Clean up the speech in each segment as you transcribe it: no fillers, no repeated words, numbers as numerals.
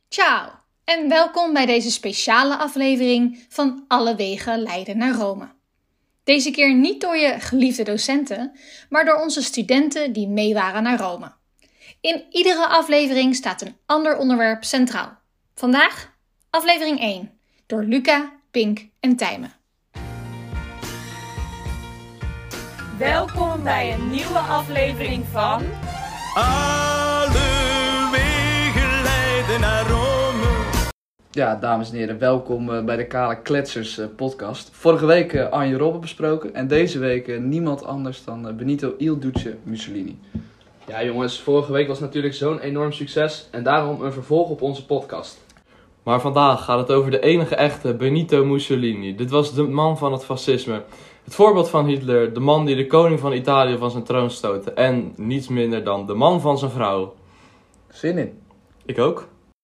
Ciao en welkom bij deze speciale aflevering van Alle Wegen leiden naar Rome. Deze keer niet door je geliefde docenten, maar door onze studenten die mee waren naar Rome. In iedere aflevering staat een ander onderwerp centraal. Vandaag aflevering 1 door Luca, Pink en Tijme. Welkom bij een nieuwe aflevering van Alle wegen leiden naar Rome. Ja, dames en heren, welkom bij de Kale Kletsers podcast. Vorige week Arjen Robben besproken en deze week niemand anders dan Benito Il Duce Mussolini. Ja jongens, vorige week was natuurlijk zo'n enorm succes en daarom een vervolg op onze podcast. Maar vandaag gaat het over de enige echte Benito Mussolini. Dit was de man van het fascisme. Het voorbeeld van Hitler, de man die de koning van Italië van zijn troon stootte. En niets minder dan de man van zijn vrouw. Zin in. Ik ook.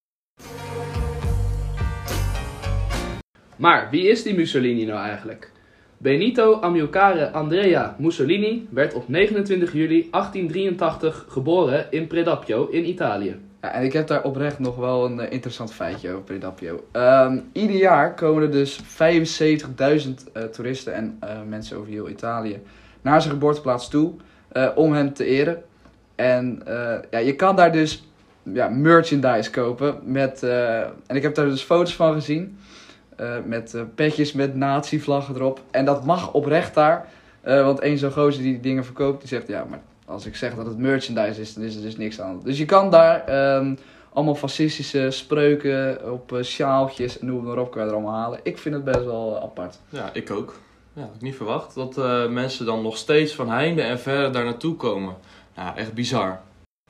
Maar wie is die Mussolini nou eigenlijk? Benito Amilcare Andrea Mussolini werd op 29 juli 1883 geboren in Predappio in Italië. Ja, en ik heb daar oprecht nog wel een interessant feitje over Predappio. Ieder jaar komen er dus 75.000 toeristen en mensen over heel Italië naar zijn geboorteplaats toe om hem te eren. En je kan daar dus merchandise kopen en ik heb daar dus foto's van gezien. Met petjes met nazi-vlaggen erop. En dat mag oprecht daar. Want één zo'n gozer die dingen verkoopt, die zegt... Ja, maar als ik zeg dat het merchandise is, dan is er dus niks aan. Dus je kan daar allemaal fascistische spreuken op sjaaltjes en noem maar op, kan je er allemaal halen. Ik vind het best wel apart. Ja, ik ook. Ja, had ik niet verwacht dat mensen dan nog steeds van heinde en verre daar naartoe komen. Ja, echt bizar.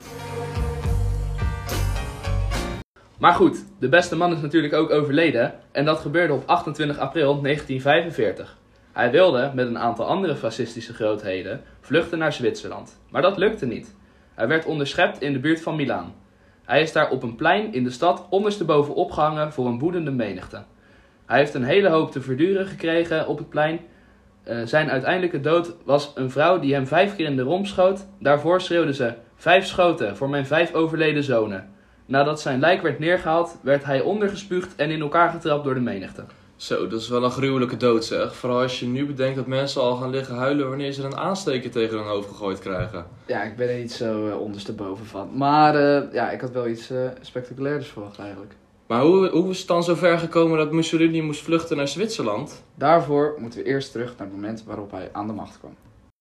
Maar goed, de beste man is natuurlijk ook overleden en dat gebeurde op 28 april 1945. Hij wilde met een aantal andere fascistische grootheden vluchten naar Zwitserland, maar dat lukte niet. Hij werd onderschept in de buurt van Milaan. Hij is daar op een plein in de stad ondersteboven opgehangen voor een woedende menigte. Hij heeft een hele hoop te verduren gekregen op het plein. Zijn uiteindelijke dood was een vrouw die hem 5 keer in de romp schoot. Daarvoor schreeuwde ze: 5 schoten voor mijn 5 overleden zonen. Nadat zijn lijk werd neergehaald, werd hij ondergespuugd en in elkaar getrapt door de menigte. Zo, dat is wel een gruwelijke dood zeg. Vooral als je nu bedenkt dat mensen al gaan liggen huilen wanneer ze een aansteker tegen hun hoofd gegooid krijgen. Ja, ik ben er niet zo ondersteboven van. Maar ik had wel iets spectaculairs verwacht eigenlijk. Maar hoe is het dan zo ver gekomen dat Mussolini moest vluchten naar Zwitserland? Daarvoor moeten we eerst terug naar het moment waarop hij aan de macht kwam.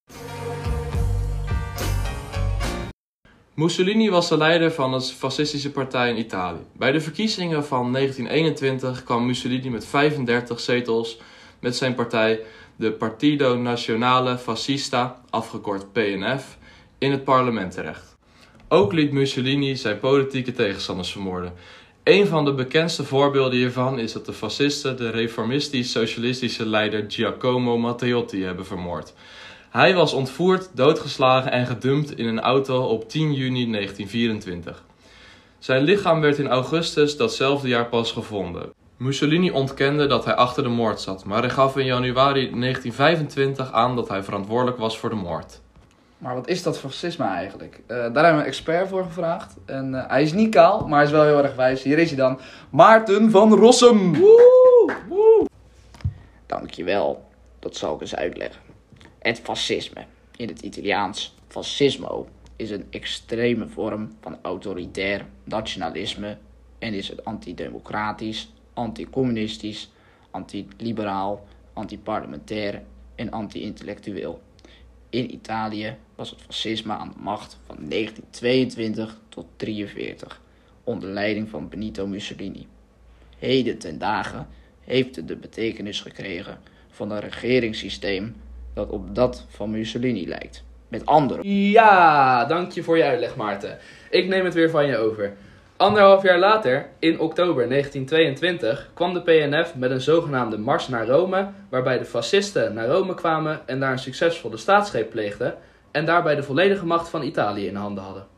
Mussolini was de leider van de fascistische partij in Italië. Bij de verkiezingen van 1921 kwam Mussolini met 35 zetels met zijn partij, de Partito Nazionale Fascista, afgekort PNF, in het parlement terecht. Ook liet Mussolini zijn politieke tegenstanders vermoorden. Een van de bekendste voorbeelden hiervan is dat de fascisten de reformistisch-socialistische leider Giacomo Matteotti hebben vermoord. Hij was ontvoerd, doodgeslagen en gedumpt in een auto op 10 juni 1924. Zijn lichaam werd in augustus datzelfde jaar pas gevonden. Mussolini ontkende dat hij achter de moord zat, maar hij gaf in januari 1925 aan dat hij verantwoordelijk was voor de moord. Maar wat is dat fascisme eigenlijk? Daar hebben we een expert voor gevraagd. En hij is niet kaal, maar hij is wel heel erg wijs. Hier is hij dan. Maarten van Rossum. Woe! Woe! Dankjewel, dat zal ik eens uitleggen. Het fascisme, in het Italiaans fascismo, is een extreme vorm van autoritair nationalisme en is het antidemocratisch, anticommunistisch, antiliberaal, antiparlementair en anti-intellectueel. In Italië was het fascisme aan de macht van 1922 tot 1943, onder leiding van Benito Mussolini. Heden ten dagen heeft het de betekenis gekregen van een regeringssysteem dat op dat van Mussolini lijkt. Met andere. Ja, dank je voor je uitleg Maarten. Ik neem het weer van je over. 1,5 jaar later, in oktober 1922, kwam de PNF met een zogenaamde mars naar Rome, waarbij de fascisten naar Rome kwamen en daar een succesvolle staatsgreep pleegden en daarbij de volledige macht van Italië in handen hadden.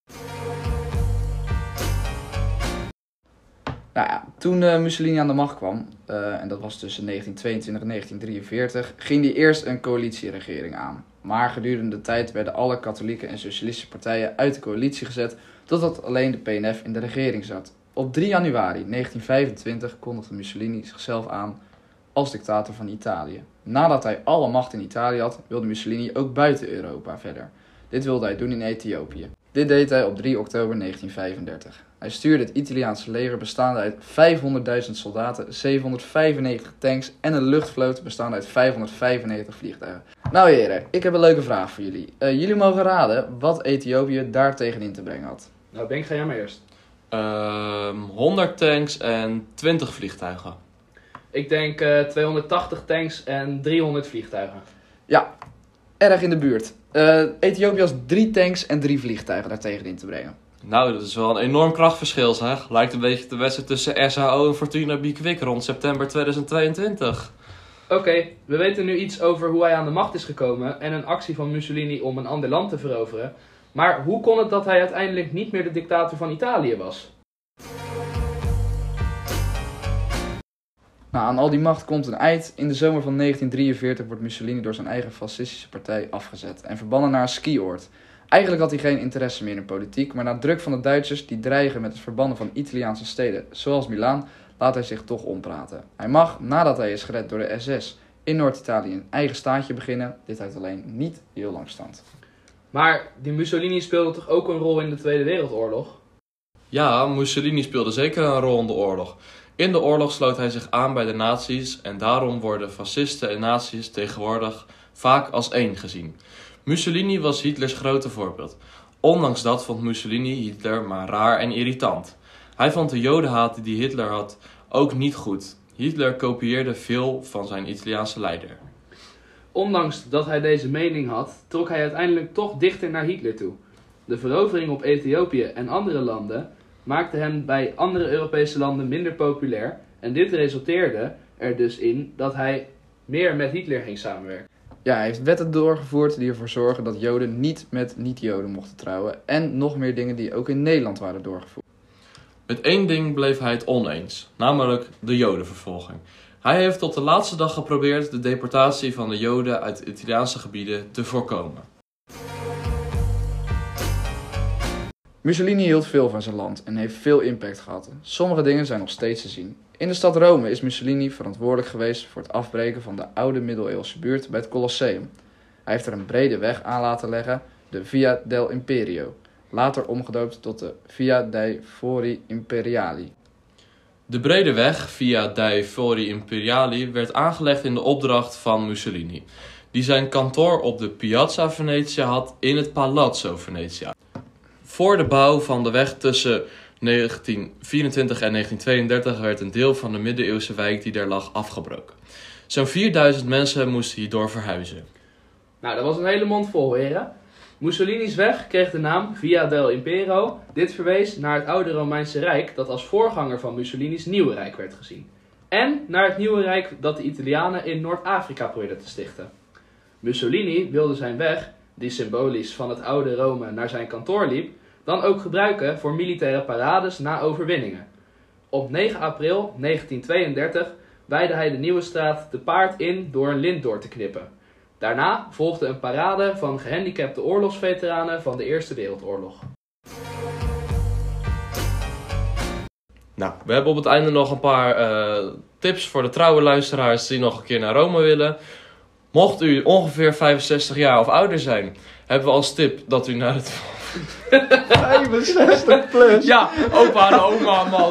Nou ja, toen Mussolini aan de macht kwam, en dat was tussen 1922 en 1943, ging hij eerst een coalitieregering aan. Maar gedurende de tijd werden alle katholieke en socialistische partijen uit de coalitie gezet, totdat alleen de PNF in de regering zat. Op 3 januari 1925 kondigde Mussolini zichzelf aan als dictator van Italië. Nadat hij alle macht in Italië had, wilde Mussolini ook buiten Europa verder. Dit wilde hij doen in Ethiopië. Dit deed hij op 3 oktober 1935. Hij stuurde het Italiaanse leger bestaande uit 500.000 soldaten, 795 tanks en een luchtvloot bestaande uit 595 vliegtuigen. Nou heren, ik heb een leuke vraag voor jullie. Jullie mogen raden wat Ethiopië daar tegenin te brengen had. Nou, Benk, ga jij maar eerst. 100 tanks en 20 vliegtuigen. Ik denk 280 tanks en 300 vliegtuigen. Ja, erg in de buurt. Ethiopië had 3 tanks en 3 vliegtuigen daar tegenin te brengen. Nou, dat is wel een enorm krachtverschil, zeg. Lijkt een beetje de wedstrijd tussen SHO en Fortuna Bikwik rond september 2022. Oké, we weten nu iets over hoe hij aan de macht is gekomen en een actie van Mussolini om een ander land te veroveren. Maar hoe kon het dat hij uiteindelijk niet meer de dictator van Italië was? Nou, aan al die macht komt een eind. In de zomer van 1943 wordt Mussolini door zijn eigen fascistische partij afgezet en verbannen naar een skioord. Eigenlijk had hij geen interesse meer in politiek, maar na druk van de Duitsers die dreigen met het verbannen van Italiaanse steden, zoals Milaan, laat hij zich toch ompraten. Hij mag, nadat hij is gered door de SS, in Noord-Italië een eigen staatje beginnen. Dit houdt alleen niet heel lang stand. Maar die Mussolini speelde toch ook een rol in de Tweede Wereldoorlog? Ja, Mussolini speelde zeker een rol in de oorlog. In de oorlog sloot hij zich aan bij de nazi's en daarom worden fascisten en nazi's tegenwoordig vaak als één gezien. Mussolini was Hitlers grote voorbeeld. Ondanks dat vond Mussolini Hitler maar raar en irritant. Hij vond de jodenhaat die Hitler had ook niet goed. Hitler kopieerde veel van zijn Italiaanse leider. Ondanks dat hij deze mening had, trok hij uiteindelijk toch dichter naar Hitler toe. De verovering op Ethiopië en andere landen maakte hem bij andere Europese landen minder populair en dit resulteerde er dus in dat hij meer met Hitler ging samenwerken. Ja, hij heeft wetten doorgevoerd die ervoor zorgen dat Joden niet met niet-Joden mochten trouwen en nog meer dingen die ook in Nederland waren doorgevoerd. Met één ding bleef hij het oneens, namelijk de Jodenvervolging. Hij heeft tot de laatste dag geprobeerd de deportatie van de Joden uit Italiaanse gebieden te voorkomen. Mussolini hield veel van zijn land en heeft veel impact gehad. Sommige dingen zijn nog steeds te zien. In de stad Rome is Mussolini verantwoordelijk geweest voor het afbreken van de oude middeleeuwse buurt bij het Colosseum. Hij heeft er een brede weg aan laten leggen, de Via del Imperio, later omgedoopt tot de Via dei Fori Imperiali. De brede weg, Via dei Fori Imperiali, werd aangelegd in de opdracht van Mussolini, die zijn kantoor op de Piazza Venezia had in het Palazzo Venezia. Voor de bouw van de weg tussen 1924 en 1932 werd een deel van de middeleeuwse wijk die daar lag afgebroken. Zo'n 4000 mensen moesten hierdoor verhuizen. Nou, dat was een hele mond vol, heren. Mussolini's weg kreeg de naam Via del Impero. Dit verwees naar het oude Romeinse Rijk dat als voorganger van Mussolini's nieuwe rijk werd gezien. En naar het nieuwe rijk dat de Italianen in Noord-Afrika probeerden te stichten. Mussolini wilde zijn weg, die symbolisch van het oude Rome naar zijn kantoor liep, dan ook gebruiken voor militaire parades na overwinningen. Op 9 april 1932 wijde hij de Nieuwe Straat te paard in door een lint door te knippen. Daarna volgde een parade van gehandicapte oorlogsveteranen van de Eerste Wereldoorlog. Nou, we hebben op het einde nog een paar tips voor de trouwe luisteraars die nog een keer naar Rome willen. Mocht u ongeveer 65 jaar of ouder zijn, hebben we als tip dat u naar het... 65 plus! Ja, opa en oma, man.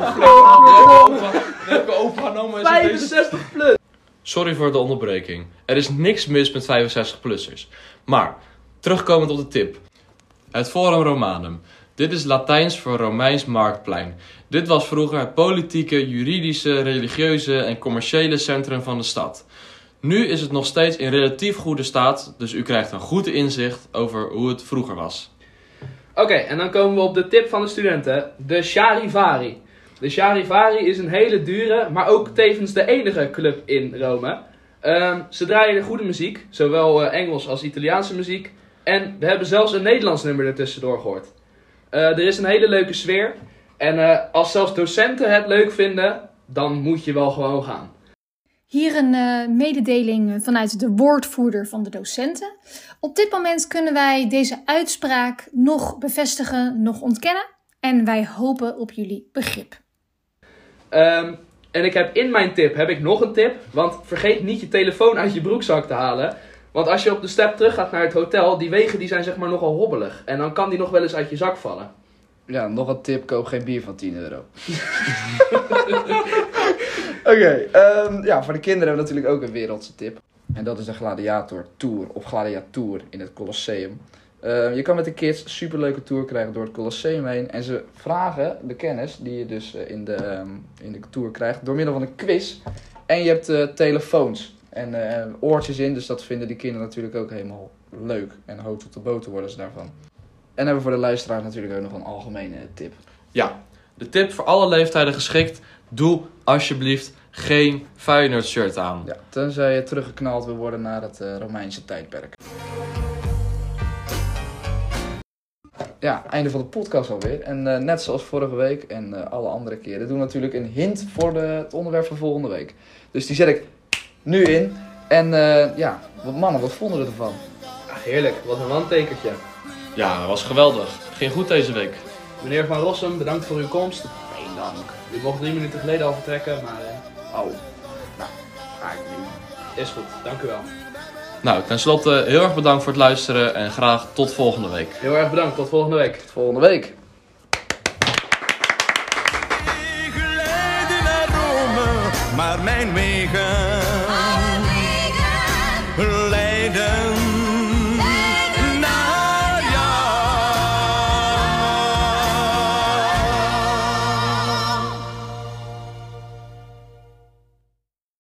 Opa en oma is 65 plus! Sorry voor de onderbreking. Er is niks mis met 65-plussers. Maar, terugkomend op de tip. Het Forum Romanum. Dit is Latijns voor Romeins Marktplein. Dit was vroeger het politieke, juridische, religieuze en commerciële centrum van de stad. Nu is het nog steeds in relatief goede staat, dus u krijgt een goed inzicht over hoe het vroeger was. Oké, en dan komen we op de tip van de studenten, de Charivari. De Charivari is een hele dure, maar ook tevens de enige club in Rome. Ze draaien goede muziek, zowel Engels als Italiaanse muziek. En we hebben zelfs een Nederlands nummer ertussendoor gehoord. Er is een hele leuke sfeer. En als zelfs docenten het leuk vinden, dan moet je wel gewoon gaan. Hier een mededeling vanuit de woordvoerder van de docenten. Op dit moment kunnen wij deze uitspraak nog bevestigen, nog ontkennen. En wij hopen op jullie begrip. En ik heb in mijn tip nog een tip. Want vergeet niet je telefoon uit je broekzak te halen. Want als je op de step terug gaat naar het hotel, die wegen die zijn zeg maar nogal hobbelig. En dan kan die nog wel eens uit je zak vallen. Ja, nog een tip, koop geen bier van €10. Oké, ja, voor de kinderen hebben we natuurlijk ook een wereldse tip. En dat is de Gladiator Tour, of Gladiatour in het Colosseum. Je kan met de kids een superleuke tour krijgen door het Colosseum heen. En ze vragen de kennis die je dus in de tour krijgt door middel van een quiz. En je hebt telefoons en oortjes in, dus dat vinden die kinderen natuurlijk ook helemaal leuk. En hoog tot de boter worden ze daarvan. En hebben we voor de luisteraars natuurlijk ook nog een algemene tip. Ja, de tip voor alle leeftijden geschikt. Doe alsjeblieft geen Feyenoord shirt aan. Ja, tenzij je teruggeknald wil worden naar het Romeinse tijdperk. Ja, einde van de podcast alweer. En net zoals vorige week en alle andere keren doen we natuurlijk een hint voor het onderwerp van volgende week. Dus die zet ik nu in. En ja, mannen, wat vonden we ervan? Ah, heerlijk, wat een wandtekertje. Ja, dat was geweldig. Ging goed deze week. Meneer Van Rossum, bedankt voor uw komst. Geen dank. U mocht 3 minuten geleden al vertrekken, maar Oh, nou, ga ik nu. is goed. Dank u wel. Nou, tenslotte heel erg bedankt voor het luisteren en graag tot volgende week. Heel erg bedankt, tot volgende week. Volgende week. Wegen leiden naar Rome, maar mijn wegen leiden